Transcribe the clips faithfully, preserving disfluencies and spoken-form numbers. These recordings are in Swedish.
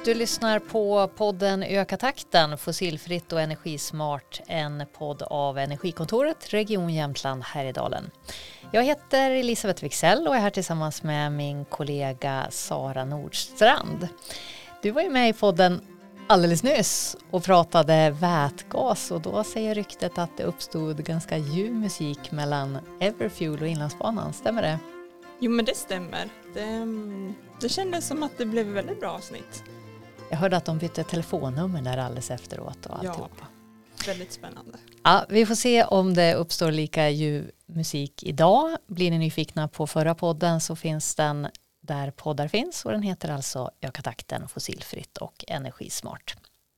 Du lyssnar på podden Öka takten, fossilfritt och energismart, en podd av Energikontoret, Region Jämtland, Härjedalen. Jag heter Elisabeth Wixell och är här tillsammans med min kollega Sara Nordstrand. Du var ju med i podden alldeles nyss och pratade vätgas, och då säger ryktet att det uppstod ganska ljuv musik mellan Everfuel och Inlandsbanan, stämmer det? Jo, men det stämmer. Det, det kändes som att det blev väldigt bra avsnitt. Jag hörde att de bytte telefonnummer där alldeles efteråt och alltihopa. Ja, väldigt spännande. Ja, vi får se om det uppstår lika ljuv musik idag. Blir ni nyfikna på förra podden så finns den där poddar finns, och den heter alltså Öka takten, fossilfritt och energismart.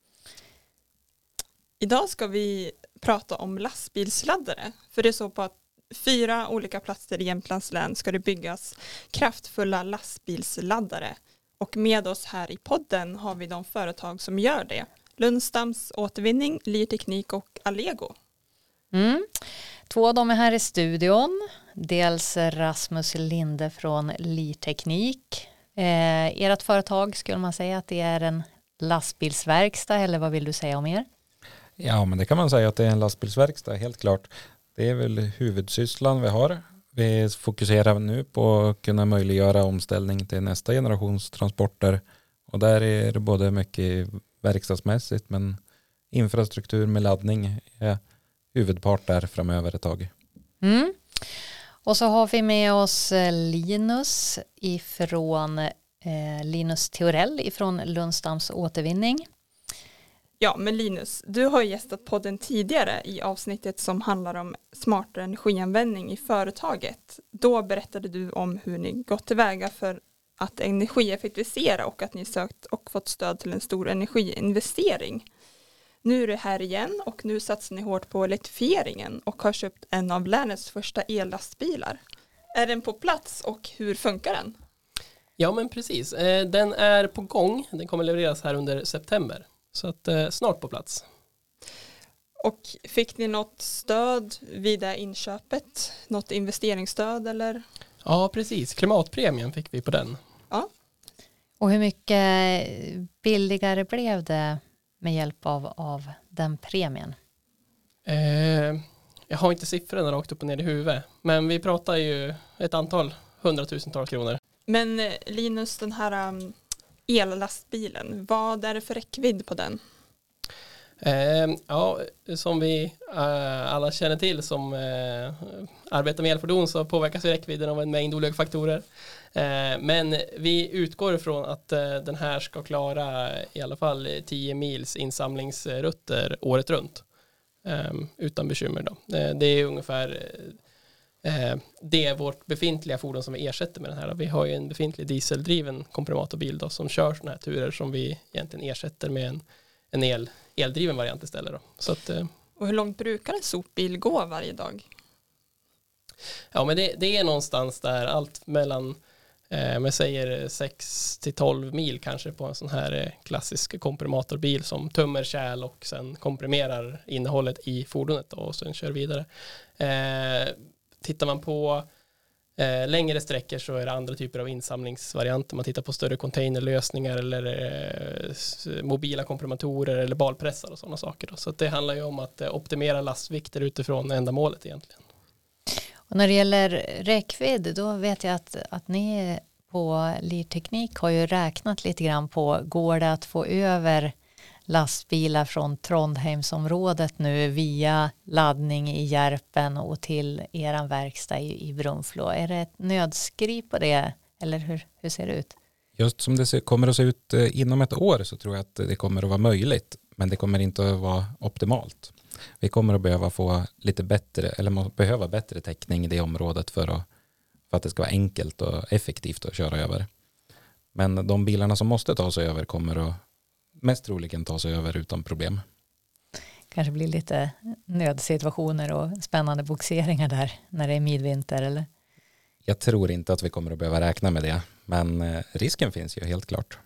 Idag ska vi prata om lastbilsladdare. För det är så på att fyra olika platser i Jämtlands län ska det byggas kraftfulla lastbilsladdare. Och med oss här i podden har vi de företag som gör det. Lundstams Återvinning, Lirteknik och Allego. Mm. Två av dem är här i studion. Dels Rasmus Linde från Lirteknik. Eh, ert företag, skulle man säga att det är en lastbilsverkstad, eller vad vill du säga om er? Ja, men det kan man säga att det är en lastbilsverkstad, helt klart. Det är väl huvudsysslan vi har. Vi fokuserar nu på att kunna möjliggöra omställning till nästa generations transporter. Och där är det både mycket verkstadsmässigt, men infrastruktur med laddning är huvudpart där framöver ett tag. Mm. Och så har vi med oss Linus ifrån eh, Linus Theorell ifrån Lundstams Återvinning. Ja, men Linus, du har gästat podden tidigare i avsnittet som handlar om smartare energianvändning i företaget. Då berättade du om hur ni gått tillväga för att energieffektivisera och att ni sökt och fått stöd till en stor energiinvestering. Nu är det här igen och nu satsar ni hårt på elektrifieringen och har köpt en av länets första ellastbilar. Är den på plats och hur funkar den? Ja, men precis. Den är på gång. Den kommer levereras här under september. Så att eh, snart på plats. Och fick ni något stöd vid det inköpet? Något investeringsstöd eller? Ja, precis. Klimatpremien fick vi på den. Ja. Och hur mycket billigare blev det med hjälp av, av den premien? Eh, jag har inte siffrorna rakt upp och ner i huvudet. Men vi pratar ju ett antal hundratusentals kronor. Men Linus, den här um, ellastbilen, vad är det för räckvidd på den? Eh, ja, som vi eh, alla känner till som eh, arbetar med elfordon så påverkas räckvidden av en mängd olika faktorer. Eh, men vi utgår ifrån att eh, den här ska klara i alla fall tio mils insamlingsrutter året runt. Eh, utan bekymmer då. Eh, det är ungefär eh, det är vårt befintliga fordon som vi ersätter med den här. Vi har ju en befintlig dieseldriven komprimatorbil då, som kör såna här turer som vi egentligen ersätter med en, en el eldriven variant istället då. Så att, eh, och hur långt brukar en sopbil gå varje dag? Ja, men det, det är någonstans där allt mellan eh, man säger sex till tolv mil kanske på en sån här eh, klassisk komprimatorbil som tömmer kärl och sen komprimerar innehållet i fordonet då, och sen kör vidare. Eh, tittar man på Eh, längre sträckor så är det andra typer av insamlingsvarianter. Man tittar på större containerlösningar eller eh, s- mobila komprimatorer eller balpressar och sådana saker då. Så att det handlar ju om att eh, optimera lastvikter utifrån ändamålet egentligen. Och när det gäller räckvidd, då vet jag att, att ni på Lirteknik har ju räknat lite grann på, går det att få över lastbilar från Trondheimsområdet nu via laddning i Järpen och till eran verkstad i, i Brunflo? Är det ett nödskriv på det, eller hur, hur ser det ut? Just som det ser, kommer att se ut eh, inom ett år så tror jag att det kommer att vara möjligt, men det kommer inte att vara optimalt. Vi kommer att behöva få lite bättre, eller behöva bättre täckning i det området för att, för att det ska vara enkelt och effektivt att köra över. Men de bilarna som måste ta sig över kommer att mest troligen ta sig över utan problem. Kanske blir lite nödsituationer och spännande boxeringar där när det är midvinter, eller? Jag tror inte att vi kommer att behöva räkna med det, men eh, risken finns ju helt klart.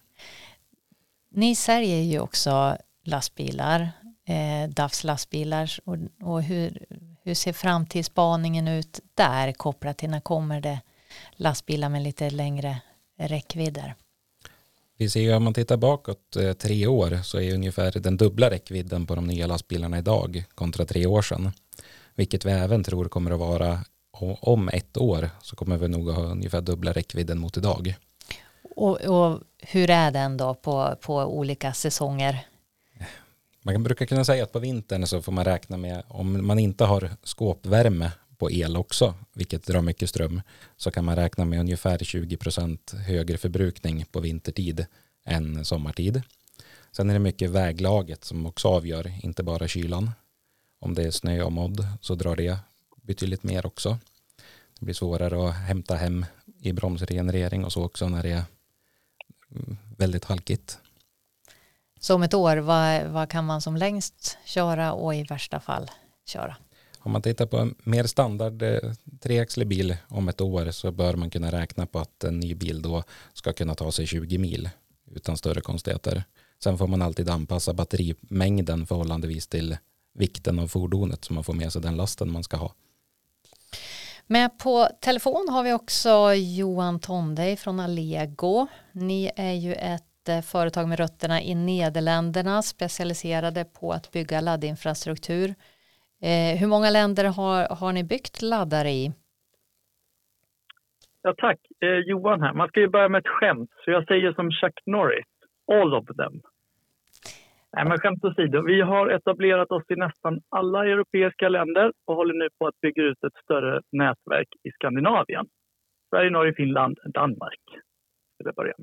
Ni säljer ju också lastbilar, eh, D A Fs lastbilar, och, och hur, hur ser framtidsspaningen ut där kopplat till när kommer det lastbilar med lite längre räckvidder? Vi ser ju om man tittar bakåt eh, tre år så är ungefär den dubbla räckvidden på de nya lastbilarna idag kontra tre år sedan. Vilket vi även tror kommer att vara om ett år så kommer vi nog att ha ungefär dubbla räckvidden mot idag. Och, och hur är den då på, på olika säsonger? Man brukar kunna säga att på vintern så får man räkna med, om man inte har skåpvärme på el också, vilket drar mycket ström, så kan man räkna med ungefär tjugo procent högre förbrukning på vintertid än sommartid. Sen är det mycket väglaget som också avgör, inte bara kylan. Om det är snö och modd så drar det betydligt mer också. Det blir svårare att hämta hem i bromsregenerering och så också när det är väldigt halkigt. Så om ett år, vad, vad kan man som längst köra och i värsta fall köra? Om man tittar på en mer standard eh, treaxlig bil om ett år så bör man kunna räkna på att en ny bil då ska kunna ta sig tjugo mil utan större konstigheter. Sen får man alltid anpassa batterimängden förhållandevis till vikten av fordonet så man får med sig den lasten man ska ha. Med på telefon har vi också Johan Tondej från Allego. Ni är ju ett företag med rötterna i Nederländerna specialiserade på att bygga laddinfrastruktur. Eh, hur många länder har, har ni byggt laddare i? Ja, tack. Eh, Johan här. Man ska ju börja med ett skämt. Så jag säger som Chuck Norris. All of them. Nej, men skämt åsido. Vi har etablerat oss i nästan alla europeiska länder och håller nu på att bygga ut ett större nätverk i Skandinavien. Sverige, Norge, Finland, Danmark. Det vill börja med.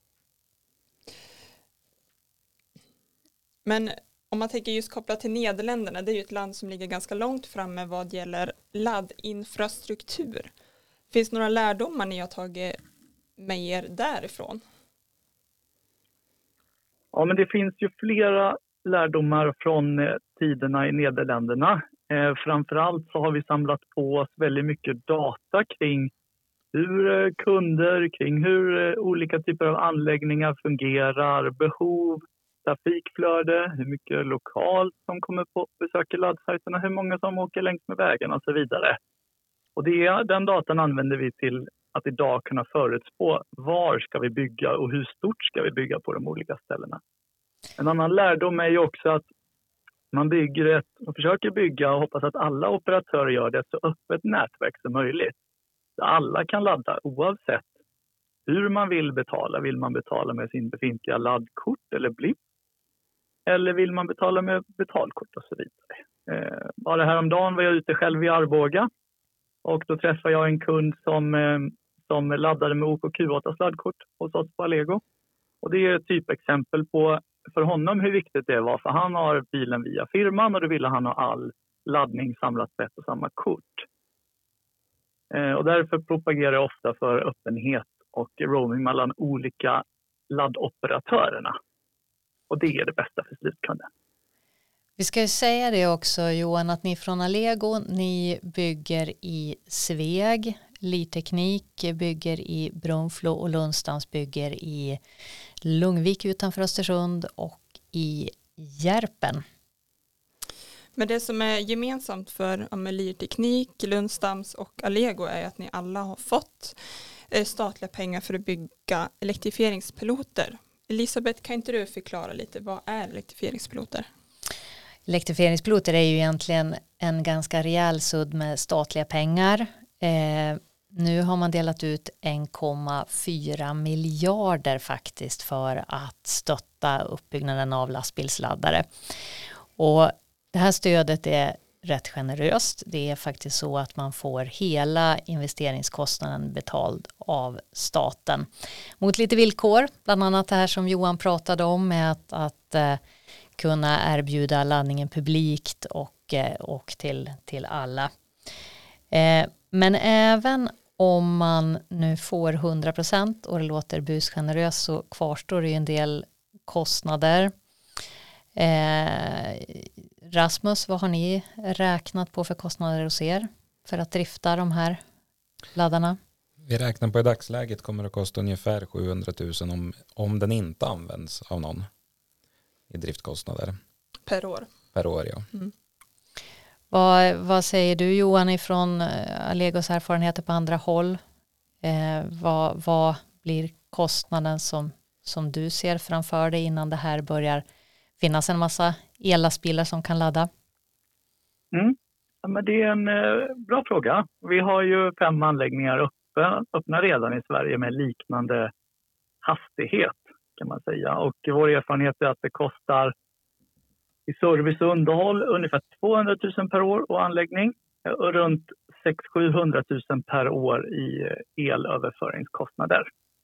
Men om man tänker just kopplat till Nederländerna, det är ju ett land som ligger ganska långt framme vad gäller laddinfrastruktur. Finns det några lärdomar ni har tagit med er därifrån? Ja, men det finns ju flera lärdomar från eh, tiderna i Nederländerna. Eh, framförallt så har vi samlat på oss väldigt mycket data kring hur eh, kunder, kring hur eh, olika typer av anläggningar fungerar, behov, trafikflöde, hur mycket lokalt som kommer på besöker laddsajterna, hur många som åker längs med vägarna och så vidare. Och det, den datan använder vi till att idag kunna förutspå var ska vi bygga och hur stort ska vi bygga på de olika ställena. En annan lärdom är ju också att man bygger ett, och försöker bygga och hoppas att alla operatörer gör det så öppet nätverk som möjligt. Så alla kan ladda oavsett hur man vill betala. Vill man betala med sin befintliga laddkort eller blipp? Eller vill man betala med betalkort och så vidare. Eh, bara häromdagen var jag ute själv i Arboga. Och då träffade jag en kund som, eh, som laddade med O K Q åtta laddkort hos oss på Allego. Och det är ett typexempel på för honom hur viktigt det var. För han har bilen via firman och då ville han ha all laddning samlat på ett och samma kort. Eh, och därför propagerar jag ofta för öppenhet och roaming mellan olika laddoperatörerna. Och det är det bästa för slutkunden. Vi ska ju säga det också Johan att ni från Allego, ni bygger i Sveg, Lirteknik bygger i Brunflo och Lundstams bygger i Lungvik utanför Östersund och i Järpen. Men det som är gemensamt för ja, Lirteknik, Lundstams och Allego är att ni alla har fått eh, statliga pengar för att bygga elektrifieringspiloter. Elisabeth, kan inte du förklara lite, vad är elektrifieringspiloter? Elektrifieringspiloter är ju egentligen en ganska rejäl sudd med statliga pengar. Eh, nu har man delat ut en komma fyra miljarder faktiskt för att stötta uppbyggnaden av lastbilsladdare. Och det här stödet är rätt generöst. Det är faktiskt så att man får hela investeringskostnaden betald av staten. Mot lite villkor, bland annat det här som Johan pratade om med att, att eh, kunna erbjuda laddningen publikt och, eh, och till, till alla. Eh, men även om man nu får hundra procent och det låter busgeneröst så kvarstår det ju en del kostnader. Eh, Rasmus, vad har ni räknat på för kostnader hos er för att drifta de här laddarna? Vi räknar på i dagsläget kommer det att kosta ungefär sjuhundratusen om, om den inte används av någon i driftkostnader. Per år? Per år, ja. Mm. Vad, vad säger du Johan ifrån Allegos erfarenheter på andra håll? Eh, vad, vad blir kostnaden som, som du ser framför dig innan det här börjar finnas en massa ellastbilar som kan ladda? Mm. Ja, men det är en eh, bra fråga. Vi har ju fem anläggningar uppe, öppna redan i Sverige med liknande hastighet kan man säga. Och vår erfarenhet är att det kostar i service och underhåll ungefär tvåhundratusen per år och anläggning och runt sex till sjuhundratusen per år i elöverföringskostnader.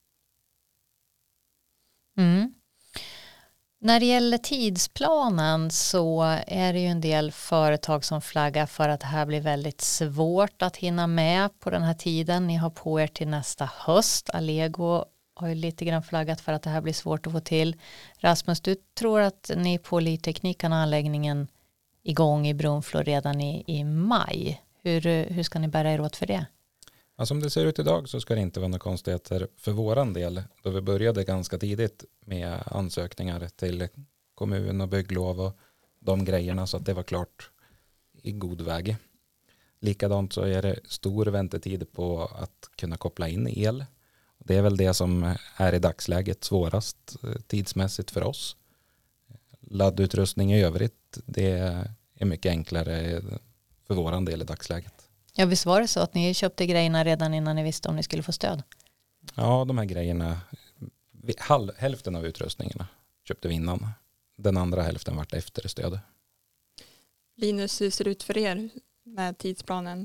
Mm. När det gäller tidsplanen så är det ju en del företag som flaggar för att det här blir väldigt svårt att hinna med på den här tiden. Ni har på er till nästa höst. Allego har ju lite grann flaggat för att det här blir svårt att få till. Rasmus, du tror att ni på Lidteknik kan ha anläggningen igång i Brunflo redan i, i maj. Hur, hur ska ni bära er åt för det? Ja, som det ser ut idag så ska det inte vara några konstigheter för våran del. Då vi började ganska tidigt med ansökningar till kommun och bygglov och de grejerna så att det var klart i god väg. Likadant så är det stor väntetid på att kunna koppla in el. Det är väl det som är i dagsläget svårast tidsmässigt för oss. Laddutrustning i övrigt, det är mycket enklare för våran del i dagsläget. Ja, visst var det så att ni köpte grejerna redan innan ni visste om ni skulle få stöd? Ja, de här grejerna, halv, hälften av utrustningarna köpte vi innan. Den andra hälften vart efter stöd. Linus, hur ser det ut för er med tidsplanen?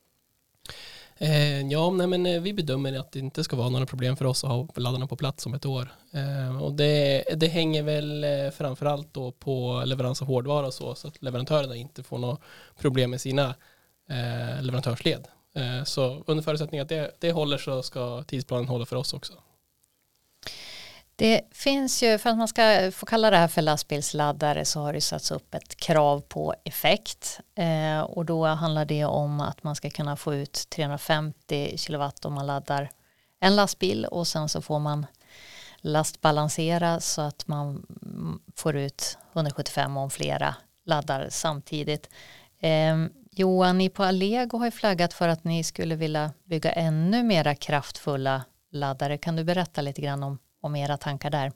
Eh, ja, nej, men vi bedömer att det inte ska vara några problem för oss att ha laddarna på plats om ett år. Eh, och det, det hänger väl framförallt då på leverans av hårdvara och så, så att leverantörerna inte får några problem med sina eh, leverantörsled. Eh, så under förutsättning att det, det håller så ska tidsplanen hålla för oss också. Det finns ju, för att man ska få kalla det här för lastbilsladdare så har det satts upp ett krav på effekt eh, och då handlar det om att man ska kunna få ut trehundrafemtio kilowatt om man laddar en lastbil och sen så får man lastbalansera så att man får ut hundrasjuttiofem om flera laddar samtidigt. Eh, Johan, ni på Allego har ju flaggat för att ni skulle vilja bygga ännu mera kraftfulla laddare. Kan du berätta lite grann om om era tankar där?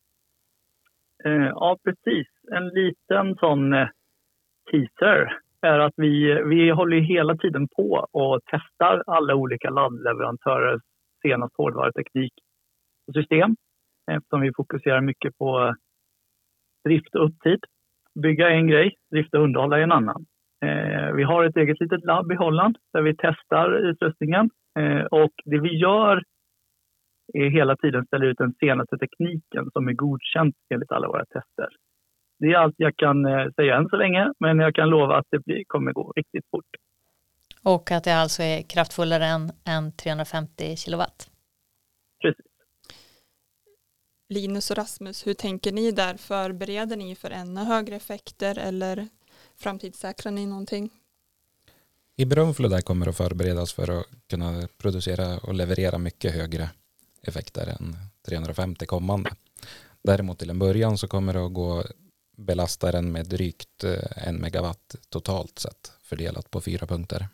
Ja, precis. En liten sån teaser är att vi, vi håller hela tiden på och testar alla olika laddleverantörers senaste hårdvaruteknik och system. Eftersom vi fokuserar mycket på drift och upptid. Bygga en grej, drift och underhålla en annan. Vi har ett eget litet labb i Holland där vi testar utrustningen och det vi gör är hela tiden ställa ut den senaste tekniken som är godkänd enligt alla våra tester. Det är allt jag kan säga än så länge, men jag kan lova att det blir, kommer gå riktigt fort. Och att det alltså är kraftfullare än, än trehundrafemtio kilowatt? Precis. Linus och Rasmus, hur tänker ni där? Förbereder ni för ännu högre effekter eller framtidssäkrar ni någonting? I Brunflo där kommer att förberedas för att kunna producera och leverera mycket högre effekter än trehundrafemtio kommande. Däremot till en början så kommer det att gå belastaren med drygt en megawatt totalt sett fördelat på fyra punkter.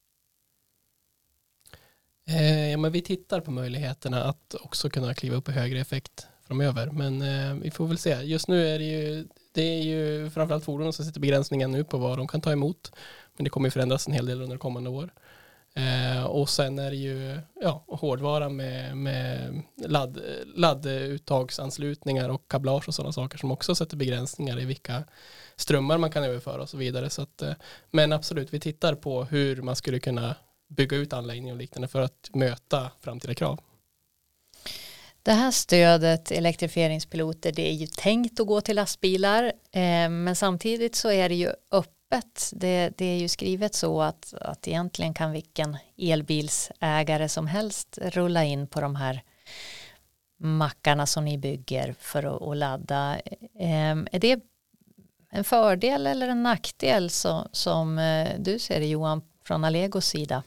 Eh, ja, men vi tittar på möjligheterna att också kunna kliva upp i högre effekt framöver. Men eh, vi får väl se. Just nu är det ju, det är ju framförallt fordon som sätter begränsningen nu på vad de kan ta emot. Men det kommer ju förändras en hel del under kommande år. Eh, och sen är det ju ja, hårdvara med, med ladd, ladduttagsanslutningar och kablage och sådana saker som också sätter begränsningar i vilka strömmar man kan överföra och så vidare. Så att, eh, men absolut, vi tittar på hur man skulle kunna bygga ut anläggningar och liknande för att möta framtida krav. Det här stödet, elektrifieringspiloter, det är ju tänkt att gå till lastbilar eh, men samtidigt så är det ju öppet. Det, det är ju skrivet så att, att egentligen kan vilken elbilsägare som helst rulla in på de här mackarna som ni bygger för att, att ladda. Eh, är det en fördel eller en nackdel så, som eh, du ser det, Johan, från Allegos sida?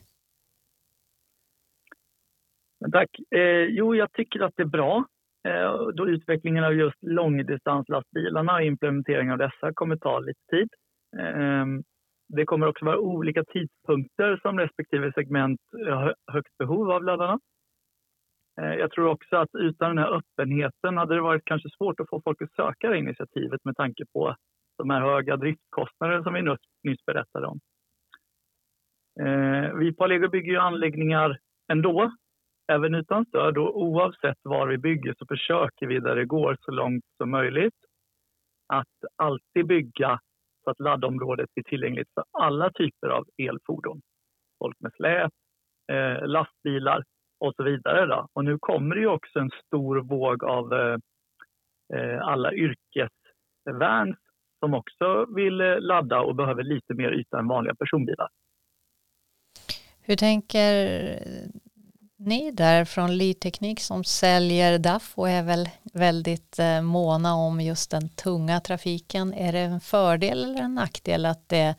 Tack. Eh, jo, jag tycker att det är bra. Eh, då utvecklingen av just långdistanslastbilarna och implementering av dessa kommer ta lite tid. Eh, det kommer också vara olika tidpunkter som respektive segment har högt behov av laddarna. Jag tror också att utan den här öppenheten hade det varit kanske svårt att få folk att söka det initiativet med tanke på de här höga driftkostnader som vi nyss berättade om. Vi på Allego bygger ju anläggningar ändå, även utan stöd, och oavsett var vi bygger så försöker vi där det går så långt som möjligt att alltid bygga så att laddområdet blir tillgängligt för alla typer av elfordon. Folk med släp, eh, lastbilar och så vidare. Då. Och nu kommer det ju också en stor våg av eh, alla yrkesvans som också vill ladda och behöver lite mer yta än vanliga personbilar. Hur tänker ni där från Li-Teknik som säljer D A F och är väl väldigt eh, måna om just den tunga trafiken? Är det en fördel eller en nackdel att det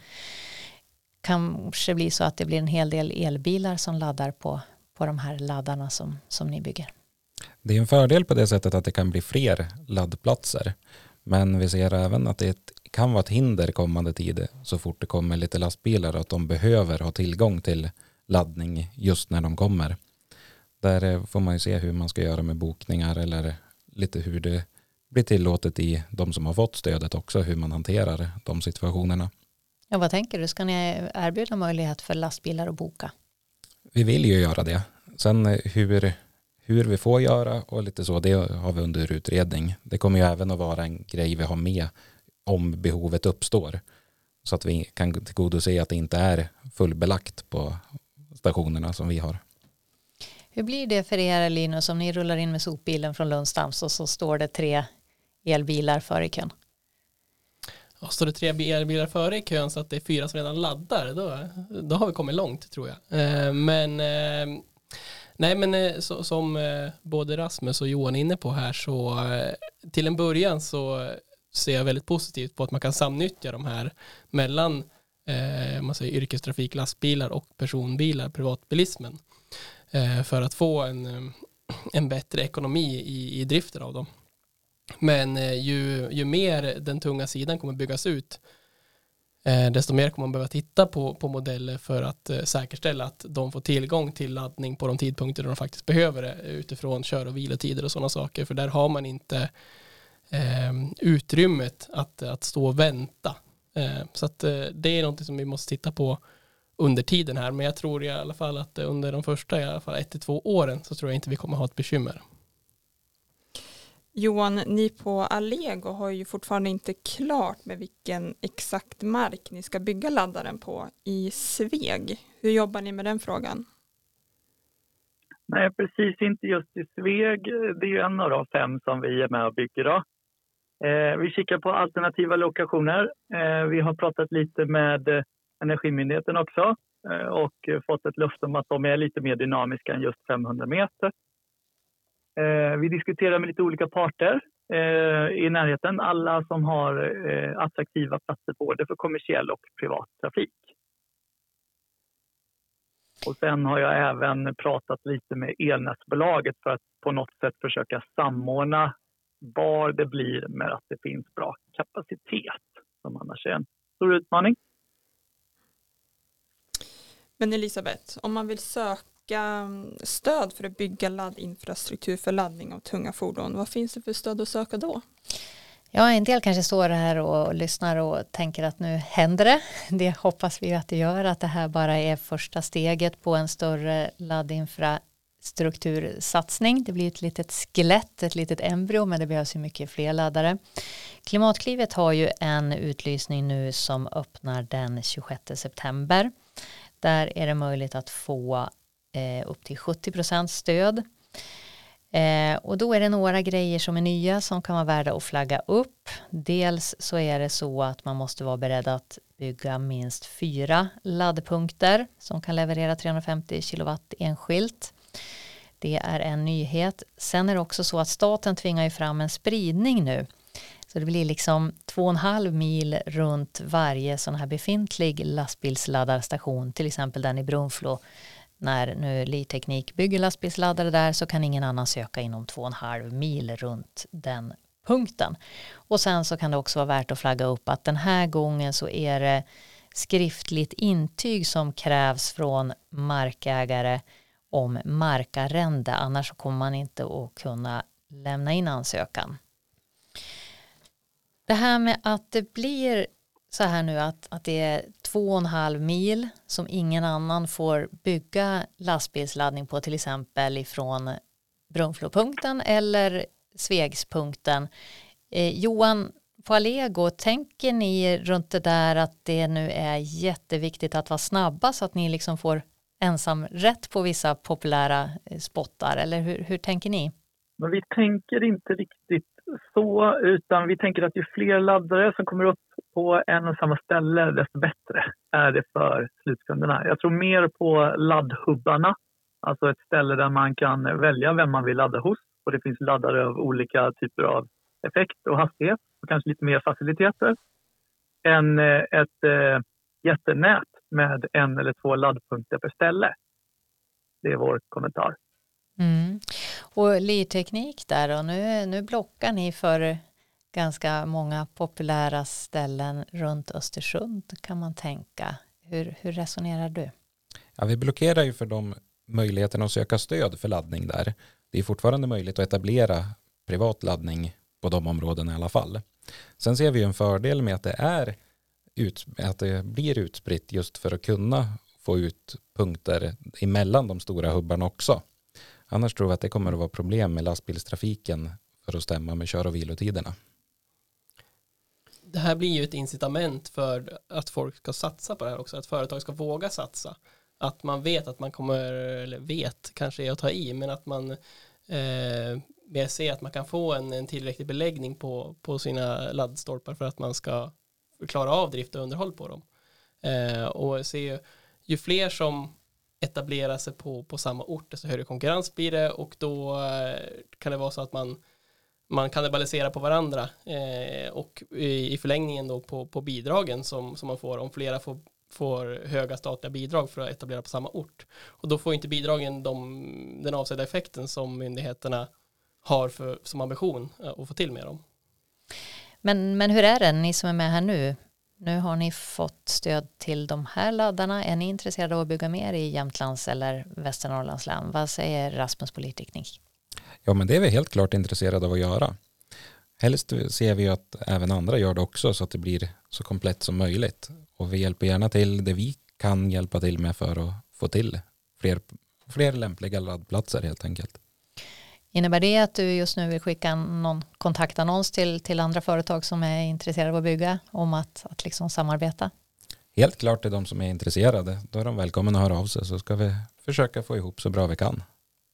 kanske blir så att det blir en hel del elbilar som laddar på, på de här laddarna som, som ni bygger? Det är en fördel på det sättet att det kan bli fler laddplatser. Men vi ser även att det kan vara ett hinder kommande tid så fort det kommer lite lastbilar att de behöver ha tillgång till laddning just när de kommer. Där får man ju se hur man ska göra med bokningar eller lite hur det blir tillåtet i de som har fått stödet också, hur man hanterar de situationerna. Ja, vad tänker du? Ska ni erbjuda möjlighet för lastbilar att boka? Vi vill ju göra det. Sen hur, hur vi får göra och lite så, det har vi under utredning. Det kommer ju även att vara en grej vi har med om behovet uppstår. Så att vi kan tillgodose att det inte är fullbelagt på stationerna som vi har. Hur blir det för er, Linus, om ni rullar in med sopbilen från Lundstams och så står det tre elbilar före i kön? Ja, står det tre elbilar före i kön så att det är fyra som redan laddar, då, då har vi kommit långt tror jag. Eh, men eh, nej, men eh, så, som eh, både Rasmus och Johan är inne på här, så eh, till en början så ser jag väldigt positivt på att man kan samnyttja de här mellan eh, man säger, yrkestrafik, lastbilar och personbilar, privatbilismen. För att få en, en bättre ekonomi i, i driften av dem. Men ju, ju mer den tunga sidan kommer byggas ut, desto mer kommer man behöva titta på, på modeller för att säkerställa att de får tillgång till laddning på de tidpunkter de faktiskt behöver det, utifrån kör- och vilotider och sådana saker. För där har man inte eh, utrymmet att, att stå och vänta. Eh, så att, eh, det är något som vi måste titta på under tiden här, men jag tror i alla fall att under de första i alla fall ett till två åren så tror jag inte vi kommer ha ett bekymmer. Johan, ni på Allego har ju fortfarande inte klart med vilken exakt mark ni ska bygga laddaren på i Sveg. Hur jobbar ni med den frågan? Nej, precis inte just i Sveg. Det är ju en av de fem som vi är med och bygger då. Eh, vi kikar på alternativa lokationer. Eh, vi har pratat lite med Energimyndigheten också och fått ett löfte om att de är lite mer dynamiska än just femhundra meter. Vi diskuterar med lite olika parter i närheten, alla som har attraktiva platser både för kommersiell och privat trafik. Och sen har jag även pratat lite med elnätsbolaget för att på något sätt försöka samordna var det blir med att det finns bra kapacitet, som annars är en stor utmaning. Men Elisabeth, om man vill söka stöd för att bygga laddinfrastruktur för laddning av tunga fordon, vad finns det för stöd att söka då? Ja, en del kanske står här och lyssnar och tänker att nu händer det. Det hoppas vi att det gör, att det här bara är första steget på en större laddinfrastruktursatsning. Det blir ett litet skelett, ett litet embryo, men det behövs ju mycket fler laddare. Klimatklivet har ju en utlysning nu som öppnar den tjugosjätte september. Där är det möjligt att få eh, upp till sjuttio procent stöd. Eh, och då är det några grejer som är nya som kan vara värda att flagga upp. Dels så är det så att man måste vara beredd att bygga minst fyra laddpunkter som kan leverera trehundrafemtio kilowatt enskilt. Det är en nyhet. Sen är det också så att staten tvingar ju fram en spridning nu. Så det blir liksom två och en halv mil runt varje sån här befintlig lastbilsladdarstation, till exempel den i Brunflo. När nu Li-Teknik bygger lastbilsladdare där så kan ingen annan söka inom två och en halv mil runt den punkten. Och sen så kan det också vara värt att flagga upp att den här gången så är det skriftligt intyg som krävs från markägare om markarrende, annars så kommer man inte att kunna lämna in ansökan. Det här med att det blir så här nu att, att det är två och en halv mil som ingen annan får bygga lastbilsladdning på, till exempel ifrån Brunflopunkten eller Svegspunkten. Eh, Johan, på Allego, tänker ni runt det där att det nu är jätteviktigt att vara snabba så att ni liksom får ensam rätt på vissa populära spottar, eller hur, hur tänker ni? Men vi tänker inte riktigt så, utan vi tänker att ju fler laddare som kommer upp på en och samma ställe, desto bättre är det för slutkunderna. Jag tror mer på laddhubbarna, alltså ett ställe där man kan välja vem man vill ladda hos, och det finns laddare av olika typer av effekt och hastighet och kanske lite mer faciliteter än ett eh, jättenät med en eller två laddpunkter per ställe. Det är vår kommentar. Mm. Och Lirteknik där, och nu, nu blockar ni för ganska många populära ställen runt Östersund, kan man tänka. Hur, hur resonerar du? Ja, vi blockerar ju för de möjligheterna att söka stöd för laddning där. Det är fortfarande möjligt att etablera privat laddning på de områdena i alla fall. Sen ser vi ju en fördel med att det är ut, att det blir utspritt just för att kunna få ut punkter emellan de stora hubbarna också. Annars tror vi att det kommer att vara problem med lastbilstrafiken för att stämma med kör- och vilotiderna. Det här blir ju ett incitament för att folk ska satsa på det här också. Att företag ska våga satsa. Att man vet att man kommer, eller vet kanske är att ta i, men att man eh, ser att man kan få en, en tillräcklig beläggning på, på sina laddstolpar för att man ska klara av drift och underhåll på dem. Eh, och se ju, ju fler som etablera sig på, på samma ort, desto högre konkurrens blir det, och då eh, kan det vara så att man, man kannibaliserar på varandra eh, och i, i förlängningen då på, på bidragen som, som man får, om flera får, får höga statliga bidrag för att etablera på samma ort. Och då får inte bidragen de, den avsedda effekten som myndigheterna har för, som ambition att få till med dem. Men, men hur är det, ni som är med här nu? Nu har ni fått stöd till de här laddarna. Är ni intresserade av att bygga mer i Jämtlands eller Västernorrlands län? Vad säger Rasmus på Lirteknik? Ja, men det är vi helt klart intresserade av att göra. Helst ser vi att även andra gör det också så att det blir så komplett som möjligt. Och vi hjälper gärna till det vi kan hjälpa till med för att få till fler, fler lämpliga laddplatser helt enkelt. Innebär det att du just nu vill skicka någon kontaktannons till, till andra företag som är intresserade av att bygga om att, att liksom samarbeta? Helt klart är de som är intresserade. Då är de välkomna att höra av sig, så ska vi försöka få ihop så bra vi kan.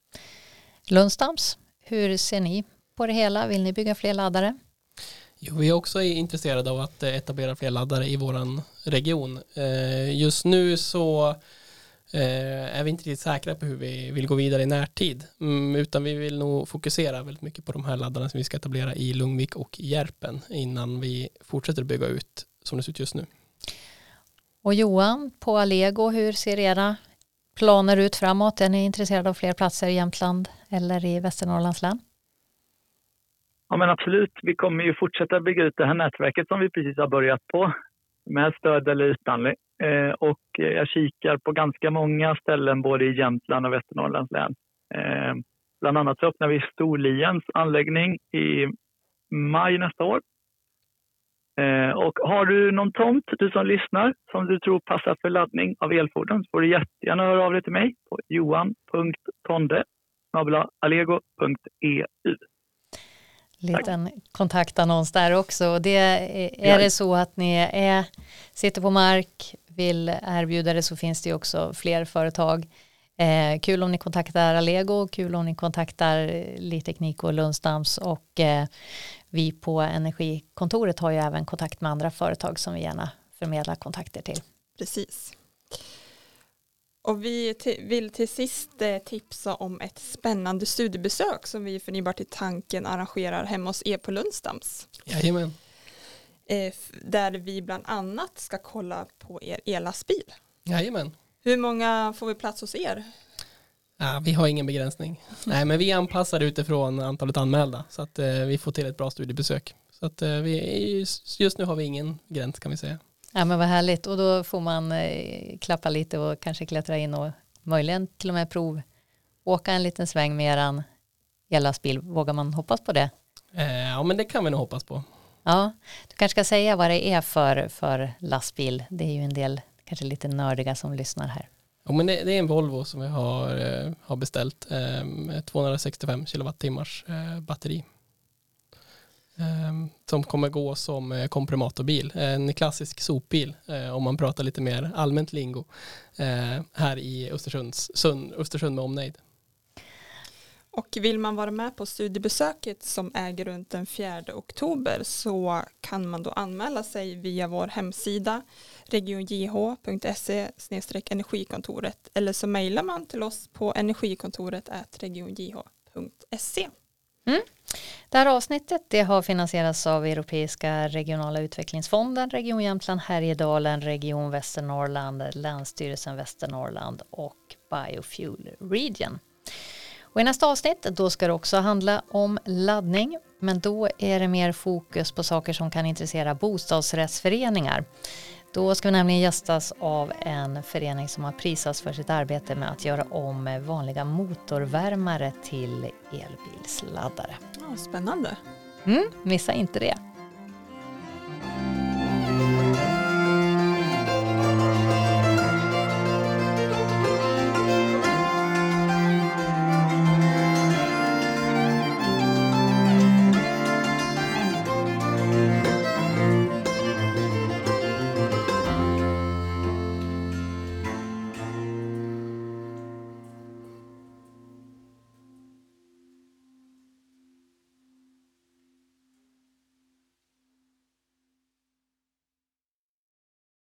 Lundstams, hur ser ni på det hela? Vill ni bygga fler laddare? Jo, vi är också intresserade av att etablera fler laddare i vår region. Just nu så är vi inte riktigt säkra på hur vi vill gå vidare i närtid, mm, utan vi vill nog fokusera väldigt mycket på de här laddarna som vi ska etablera i Lugnvik och Järpen innan vi fortsätter bygga ut som det ser ut just nu. Och Johan, på Allego, hur ser era planer ut framåt? Är ni intresserade av fler platser i Jämtland eller i Västernorrlands län? Ja, men absolut. Vi kommer ju fortsätta bygga ut det här nätverket som vi precis har börjat på, med stöd eller utan. Eh, och jag kikar på ganska många ställen både i Jämtland och Västernorrlands län. Eh, bland annat så öppnar vi Storliens anläggning i maj nästa år. Eh, och har du någon tomt, du som lyssnar, som du tror passar för laddning av elfordon, så får du jättegärna höra av dig till mig på johan punkt tonde snabel-a allego punkt e u. Liten kontaktannons där också. Det är, är det så att ni är, sitter på mark, vill erbjuda det, så finns det också fler företag. Eh, kul om ni kontaktar Allego, kul om ni kontaktar Lirteknik och Lundstams, och eh, vi på Energikontoret har ju även kontakt med andra företag som vi gärna förmedlar kontakter till. Precis. Och vi t- vill till sist eh, tipsa om ett spännande studiebesök som vi Förnybart i tanken arrangerar hemma hos er på Lundstams. Jajamän. Eh, där vi bland annat ska kolla på er ellastbil. Jajamän. Hur många får vi plats hos er? Ja, vi har ingen begränsning. Nej, men vi anpassar utifrån antalet anmälda så att eh, vi får till ett bra studiebesök. Så att eh, vi, just nu har vi ingen gräns, kan vi säga. Ja, men vad härligt. Och då får man eh, klappa lite och kanske klättra in och möjligen till och med prov, åka en liten sväng med eran ellastbil? Vågar man hoppas på det? Eh, ja, men det kan vi nog hoppas på. Ja, du kanske ska säga vad det är för, för lastbil. Det är ju en del kanske lite nördiga som lyssnar här. Ja, men det, det är en Volvo som vi har, eh, har beställt. Eh, tvåhundrasextiofem kilowattimmars eh, batteri. Eh, som kommer gå som eh, komprimatorbil. En klassisk sopbil eh, om man pratar lite mer allmänt lingo. Eh, här i Östersunds, Sund, Östersund med omnejd. Och vill man vara med på studiebesöket som äger runt den fjärde oktober så kan man då anmäla sig via vår hemsida region j h punkt se slash energikontoret eller så mejlar man till oss på energikontoret snabel-a region j h punkt se. Mm. Det här avsnittet det har finansierats av Europeiska regionala utvecklingsfonden, Region Jämtland Härjedalen, Region Västernorrland, Länsstyrelsen Västernorrland och Biofuel Region. Och i nästa avsnitt då ska det också handla om laddning, men då är det mer fokus på saker som kan intressera bostadsrättsföreningar. Då ska vi nämligen gästas av en förening som har prisats för sitt arbete med att göra om vanliga motorvärmare till elbilsladdare. Ja, spännande. Mm, missa inte det.